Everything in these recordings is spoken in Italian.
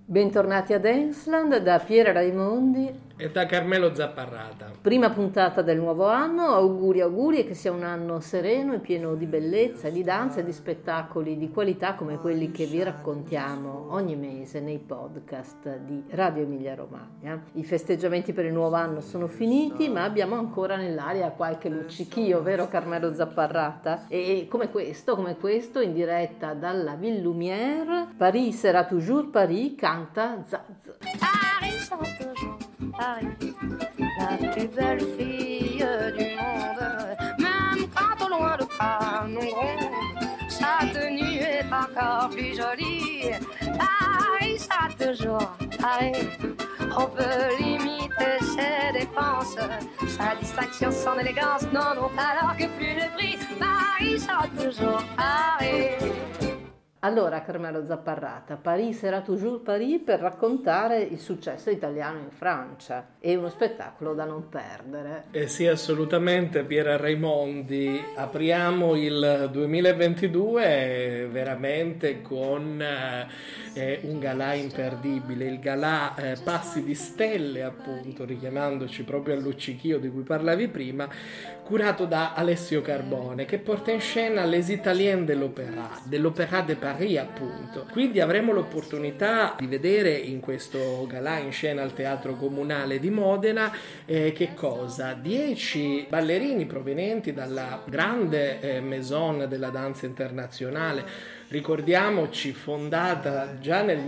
Bentornati a Danceland da Piera Raimondi e da Carmelo Zapparrata. Prima puntata del nuovo anno, auguri e che sia un anno sereno e pieno di bellezza, di danza e di spettacoli di qualità come quelli che vi raccontiamo ogni mese nei podcast di Radio Emilia Romagna. I festeggiamenti per il nuovo anno sono finiti, ma abbiamo ancora nell'aria qualche luccichio, vero Carmelo Zapparrata? E come questo in diretta dalla Ville Lumière, Paris sera toujours Paris, canta Zaz. Paris sera toujours Paris, la plus belle fille du monde. Même quand au loin le canon gronde, sa tenue est encore plus jolie. Paris sera toujours Paris, on peut limiter ses dépenses, sa distinction, son élégance n'en ont alors que plus de prix. Paris sera toujours Paris. Allora, Carmelo Zapparrata, Paris sera toujours Paris per raccontare il successo italiano in Francia. È uno spettacolo da non perdere. Sì, assolutamente, Piera Raimondi. Apriamo il 2022 veramente con un galà imperdibile, il galà Passi di Stelle, appunto, richiamandoci proprio al luccichio di cui parlavi prima, curato da Alessio Carbone, che porta in scena Les Italiens de l'Opéra de Paris, appunto. Quindi avremo l'opportunità di vedere in questo galà in scena al Teatro Comunale di Modena che cosa? 10 ballerini provenienti dalla grande maison della danza internazionale. Ricordiamoci, fondata già nel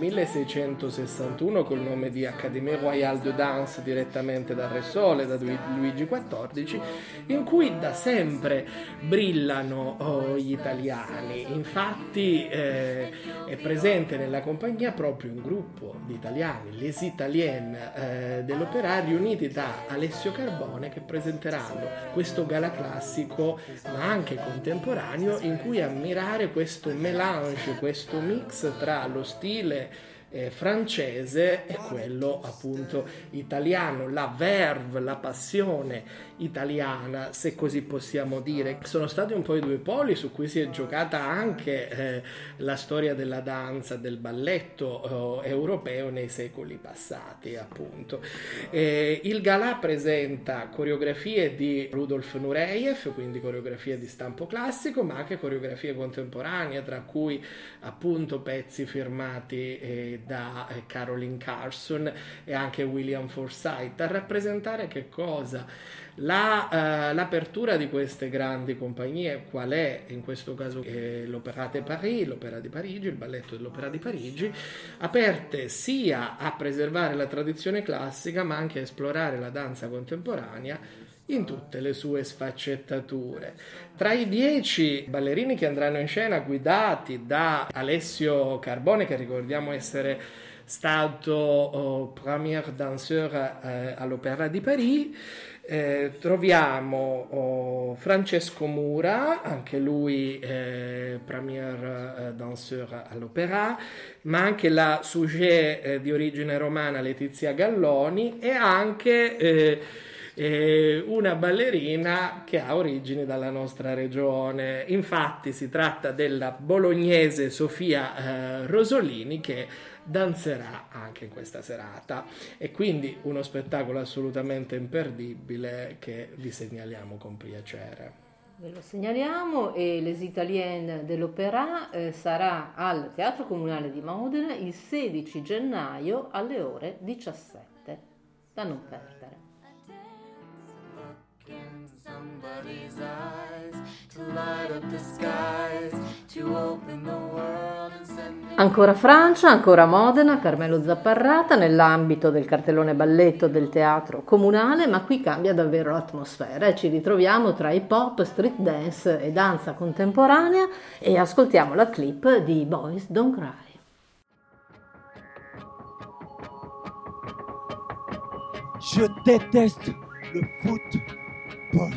1661 col nome di Académie Royale de Danse, direttamente da Re Sole, da Luigi XIV, in cui da sempre brillano gli italiani. Infatti è presente nella compagnia proprio un gruppo di italiani, Les Italiens dell'Opéra, riuniti da Alessio Carbone, che presenteranno questo gala classico ma anche contemporaneo, in cui ammirare questo melange, questo mix tra lo stile francese e quello appunto italiano, la verve, la passione italiana, se così possiamo dire. Sono stati un po' i due poli su cui si è giocata anche la storia della danza, del balletto europeo nei secoli passati, appunto. Il galà presenta coreografie di Rudolf Nureyev, quindi coreografie di stampo classico, ma anche coreografie contemporanee, tra cui appunto pezzi firmati da Caroline Carson e anche William Forsythe, a rappresentare che cosa? L'apertura di queste grandi compagnie, qual è in questo caso l'Opéra de Paris, l'Opera di Parigi, il balletto dell'Opera di Parigi, aperte sia a preservare la tradizione classica ma anche a esplorare la danza contemporanea in tutte le sue sfaccettature. Tra i 10 ballerini che andranno in scena, guidati da Alessio Carbone, che ricordiamo essere stato premier danseur all'Opéra di Paris, troviamo Francesco Mura, anche lui premier danseur all'Opéra, ma anche la sujet di origine romana Letizia Galloni e anche una ballerina che ha origini dalla nostra regione. Infatti si tratta della bolognese Sofia Rosolini, che danzerà anche in questa serata, e quindi uno spettacolo assolutamente imperdibile che vi segnaliamo con piacere. Ve lo segnaliamo, e Les Italiens dell'Opéra sarà al Teatro Comunale di Modena il 16 gennaio alle ore 17, da non perdere. Somebody's eyes to light up the skies, to open the world and send me... Ancora Francia, ancora Modena, Carmelo Zapparrata nell'ambito del cartellone balletto del Teatro Comunale, ma qui cambia davvero l'atmosfera e ci ritroviamo tra hip hop, street dance e danza contemporanea, e ascoltiamo la clip di Boys Don't Cry. Je déteste le football.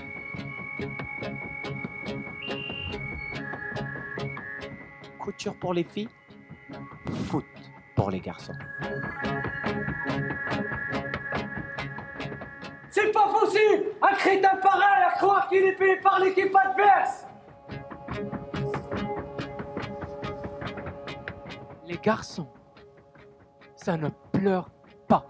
Couture pour les filles, foot pour les garçons. C'est pas possible! Un crétin pareil à croire qu'il est payé par l'équipe adverse! Les garçons, Ça ne pleure pas.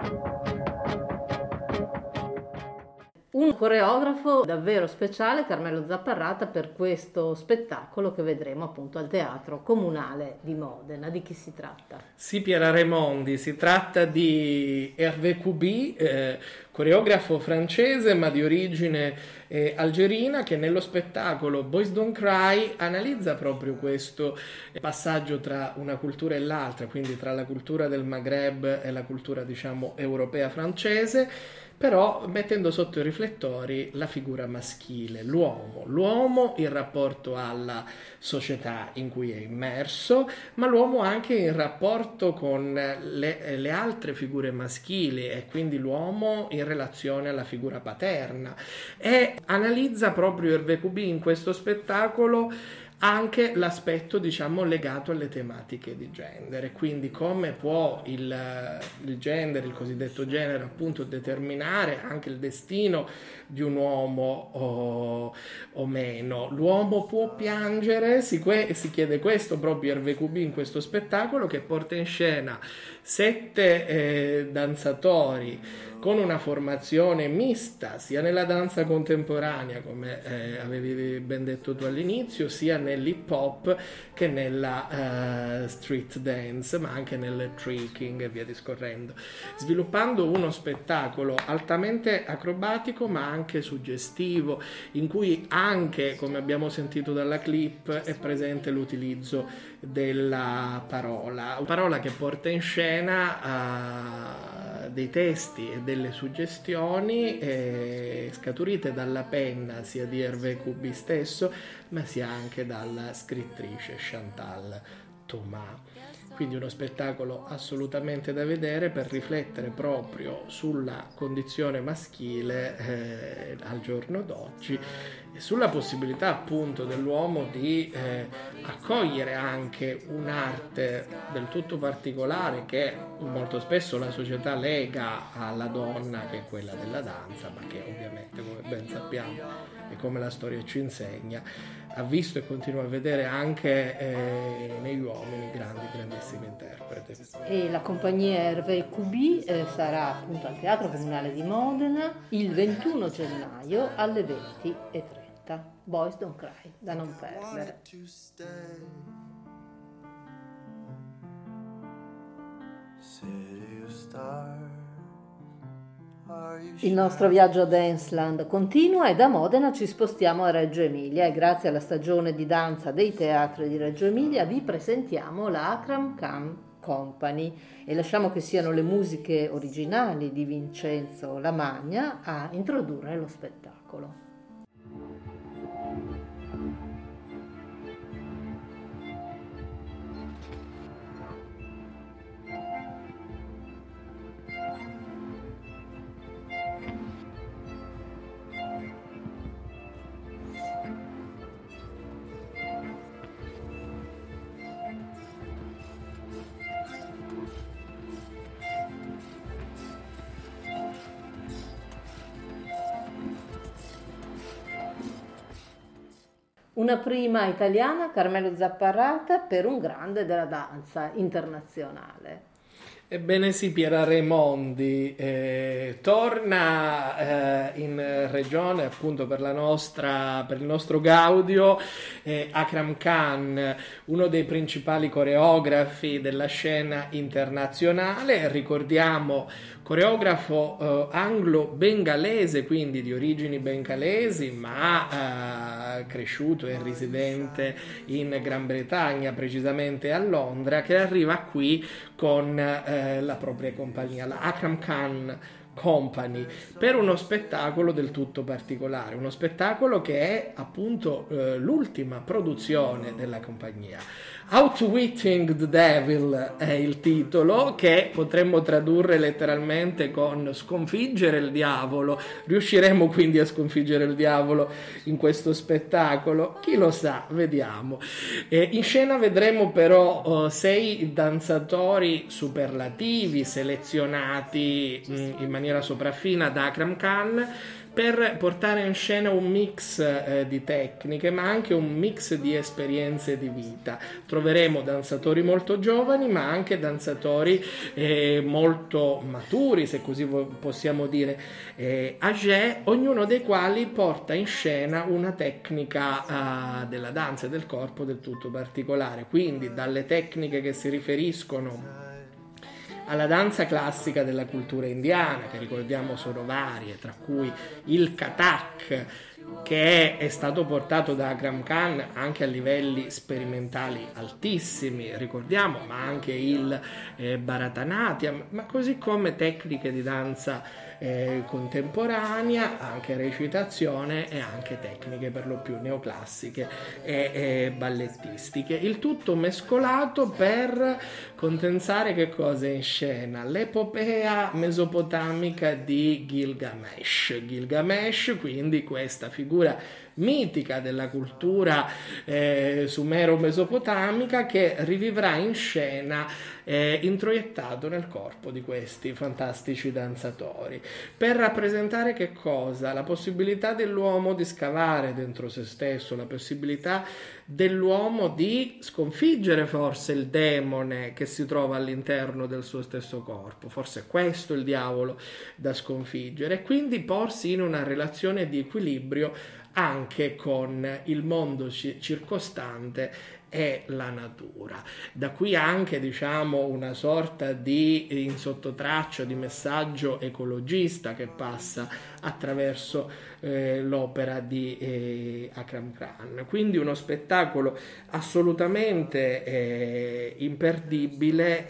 Un coreografo davvero speciale, Carmelo Zapparrata, per questo spettacolo che vedremo appunto al Teatro Comunale di Modena. Di chi si tratta? Sì, Piera Raimondi, si tratta di Hervé Cuby, coreografo francese ma di origine algerina, che nello spettacolo Boys Don't Cry analizza proprio questo passaggio tra una cultura e l'altra, quindi tra la cultura del Maghreb e la cultura, diciamo, europea francese, però mettendo sotto i riflettori la figura maschile, l'uomo in rapporto alla società in cui è immerso, ma l'uomo anche in rapporto con le altre figure maschili, e quindi l'uomo in relazione alla figura paterna, e analizza proprio Hervé Cuby in questo spettacolo anche l'aspetto, diciamo, legato alle tematiche di genere, quindi come può il genere, il cosiddetto genere, appunto, determinare anche il destino di un uomo o meno. L'uomo può piangere, si chiede questo proprio Hervé Cuby in questo spettacolo, che porta in scena 7 danzatori con una formazione mista sia nella danza contemporanea, come avevi ben detto tu all'inizio, sia nell'hip hop che nella street dance, ma anche nel tricking e via discorrendo, sviluppando uno spettacolo altamente acrobatico ma anche suggestivo, in cui anche, come abbiamo sentito dalla clip, è presente l'utilizzo della parola che porta in scena dei testi e delle suggestioni scaturite dalla penna sia di Hervé Cuby stesso, ma sia anche dalla scrittrice Chantal Thomas. Quindi uno spettacolo assolutamente da vedere per riflettere proprio sulla condizione maschile al giorno d'oggi e sulla possibilità appunto dell'uomo di accogliere anche un'arte del tutto particolare che molto spesso la società lega alla donna, che è quella della danza, ma che ovviamente, come ben sappiamo e come la storia ci insegna, ha visto e continua a vedere anche negli uomini grandissimi interpreti. E la compagnia Hervé Cuby sarà appunto al Teatro Comunale di Modena il 21 gennaio alle 20:30. Boys Don't Cry, da non perdere. Il nostro viaggio a Danceland continua e da Modena ci spostiamo a Reggio Emilia, e grazie alla stagione di danza dei teatri di Reggio Emilia vi presentiamo la Akram Khan Company e lasciamo che siano le musiche originali di Vincenzo Lamagna a introdurre lo spettacolo. Una prima italiana, Carmelo Zapparata, per un grande della danza internazionale. Ebbene sì, Piera Raimondi torna in regione appunto per il nostro Gaudio, Akram Khan, uno dei principali coreografi della scena internazionale, ricordiamo coreografo anglo-bengalese, quindi di origini bengalesi, ma cresciuto e residente in Gran Bretagna, precisamente a Londra, che arriva qui con la propria compagnia, la Akram Khan Company, per uno spettacolo del tutto particolare, uno spettacolo che è appunto l'ultima produzione della compagnia. Outwitting the Devil è il titolo, che potremmo tradurre letteralmente con sconfiggere il diavolo. Riusciremo quindi a sconfiggere il diavolo in questo spettacolo? Chi lo sa, vediamo. In scena vedremo però 6 danzatori superlativi selezionati in maniera maniera sopraffina da Akram Khan, per portare in scena un mix di tecniche, ma anche un mix di esperienze di vita. Troveremo danzatori molto giovani, ma anche danzatori molto maturi, se così possiamo dire, âgés, ognuno dei quali porta in scena una tecnica della danza e del corpo del tutto particolare. Quindi dalle tecniche che si riferiscono alla danza classica della cultura indiana, che ricordiamo sono varie, tra cui il Kathak, che è stato portato da Akram Khan anche a livelli sperimentali altissimi, ricordiamo, ma anche il Bharatanatyam, ma così come tecniche di danza contemporanea, anche recitazione e anche tecniche per lo più neoclassiche e ballettistiche, il tutto mescolato per condensare che cosa in scena? L'epopea mesopotamica di Gilgamesh, quindi questa figura mitica della cultura sumero-mesopotamica, che rivivrà in scena introiettato nel corpo di questi fantastici danzatori, per rappresentare che cosa? La possibilità dell'uomo di scavare dentro se stesso, la possibilità dell'uomo di sconfiggere forse il demone che si trova all'interno del suo stesso corpo, forse questo è il diavolo da sconfiggere, e quindi porsi in una relazione di equilibrio anche con il mondo circostante e la natura. Da qui anche, diciamo, una sorta di in sottotraccia di messaggio ecologista che passa attraverso l'opera di Akram Khan. Quindi uno spettacolo assolutamente imperdibile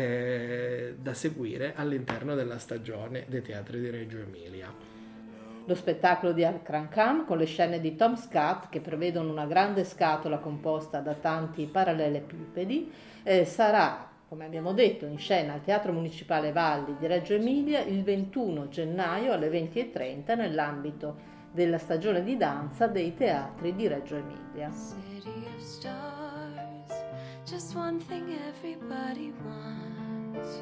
e da seguire all'interno della stagione dei teatri di Reggio Emilia. Lo spettacolo di Akram Khan, con le scene di Tom Scott che prevedono una grande scatola composta da tanti parallelepipedi, sarà, come abbiamo detto, in scena al Teatro Municipale Valli di Reggio Emilia il 21 gennaio alle 20:30 nell'ambito della stagione di danza dei teatri di Reggio Emilia. City of stars, just one thing everybody wants.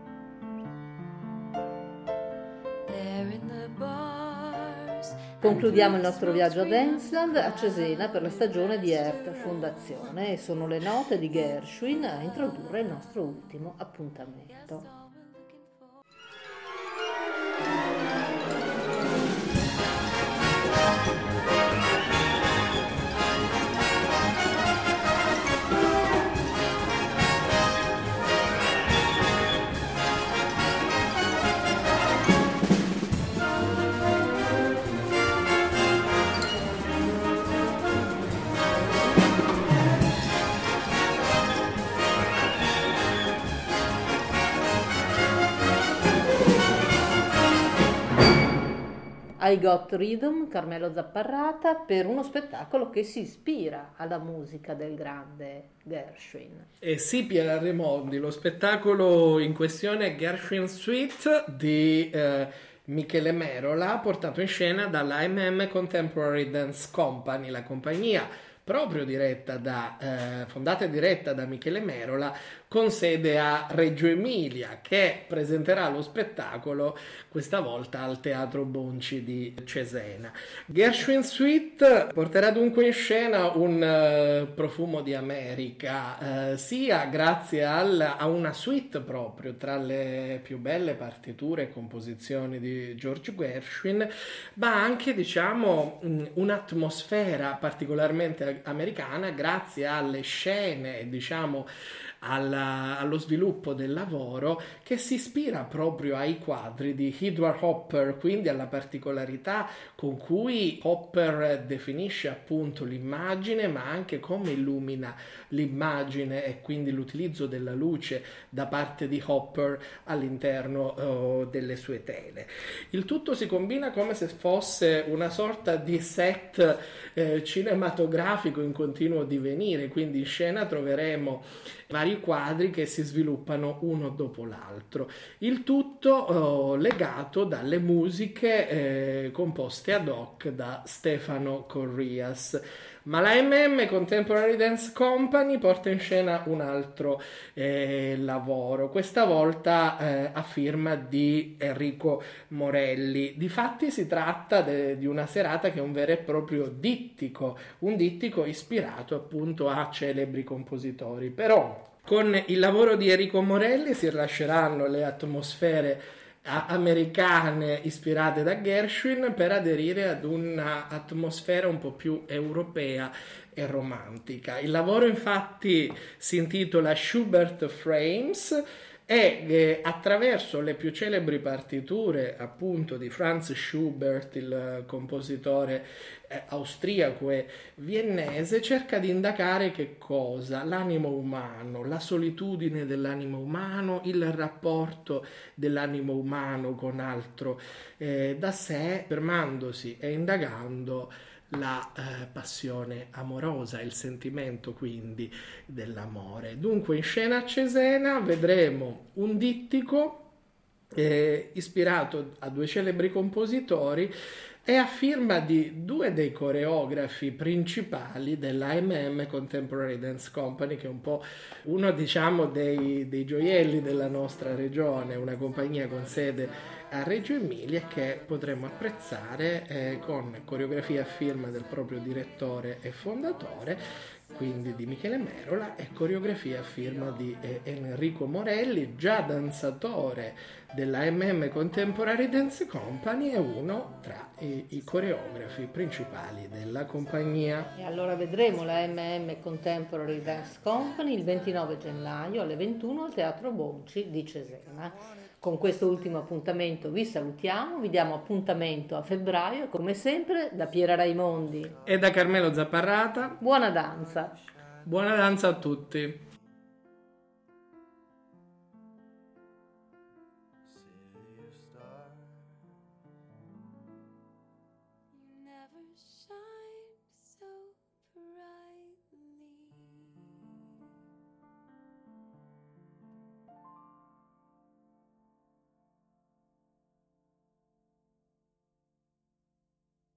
There in the bars. Concludiamo il nostro viaggio a Danceland a Cesena per la stagione di Earth Fondazione, e sono le note di Gershwin a introdurre il nostro ultimo appuntamento. I Got Rhythm, Carmelo Zapparrata, per uno spettacolo che si ispira alla musica del grande Gershwin. E sì, Piera Raimondi, lo spettacolo in questione è Gershwin Suite di Michele Merola, portato in scena dalla Contemporary Dance Company, la compagnia proprio fondata e diretta da Michele Merola, con sede a Reggio Emilia, che presenterà lo spettacolo questa volta al Teatro Bonci di Cesena. Gershwin Suite porterà dunque in scena un profumo di America, sia grazie a una suite proprio tra le più belle partiture e composizioni di George Gershwin, ma anche, diciamo, un'atmosfera particolarmente americana grazie alle scene, diciamo, allo sviluppo del lavoro, che si ispira proprio ai quadri di Edward Hopper, quindi alla particolarità con cui Hopper definisce appunto l'immagine, ma anche come illumina l'immagine, e quindi l'utilizzo della luce da parte di Hopper all'interno delle sue tele. Il tutto si combina come se fosse una sorta di set cinematografico in continuo divenire, quindi in scena troveremo vari quadri che si sviluppano uno dopo l'altro, il tutto legato dalle musiche composte ad hoc da Stefano Corrias. Ma la Contemporary Dance Company porta in scena un altro lavoro, questa volta a firma di Enrico Morelli. Difatti si tratta di una serata che è un vero e proprio dittico, un dittico ispirato appunto a celebri compositori. Però con il lavoro di Enrico Morelli si rilasceranno le atmosfere americane ispirate da Gershwin per aderire ad un'atmosfera un po' più europea e romantica. Il lavoro infatti si intitola Schubert Frames e attraverso le più celebri partiture appunto di Franz Schubert, il compositore austriaco e viennese, cerca di indagare che cosa? L'animo umano, la solitudine dell'animo umano, il rapporto dell'animo umano con altro da sé, fermandosi e indagando la passione amorosa, il sentimento quindi dell'amore. Dunque in scena a Cesena vedremo un dittico ispirato a due celebri compositori e a firma di due dei coreografi principali della Contemporary Dance Company, che è un po' uno diciamo dei gioielli della nostra regione, una compagnia con sede a Reggio Emilia che potremo apprezzare con coreografia a firma del proprio direttore e fondatore, quindi di Michele Merola, e coreografia a firma di Enrico Morelli, già danzatore della Contemporary Dance Company e uno tra i coreografi principali della compagnia. E allora vedremo la Contemporary Dance Company il 29 gennaio alle 21 al Teatro Bonci di Cesena. Con questo ultimo appuntamento vi salutiamo, vi diamo appuntamento a febbraio, come sempre da Piera Raimondi e da Carmelo Zapparrata. Buona danza! Buona danza a tutti!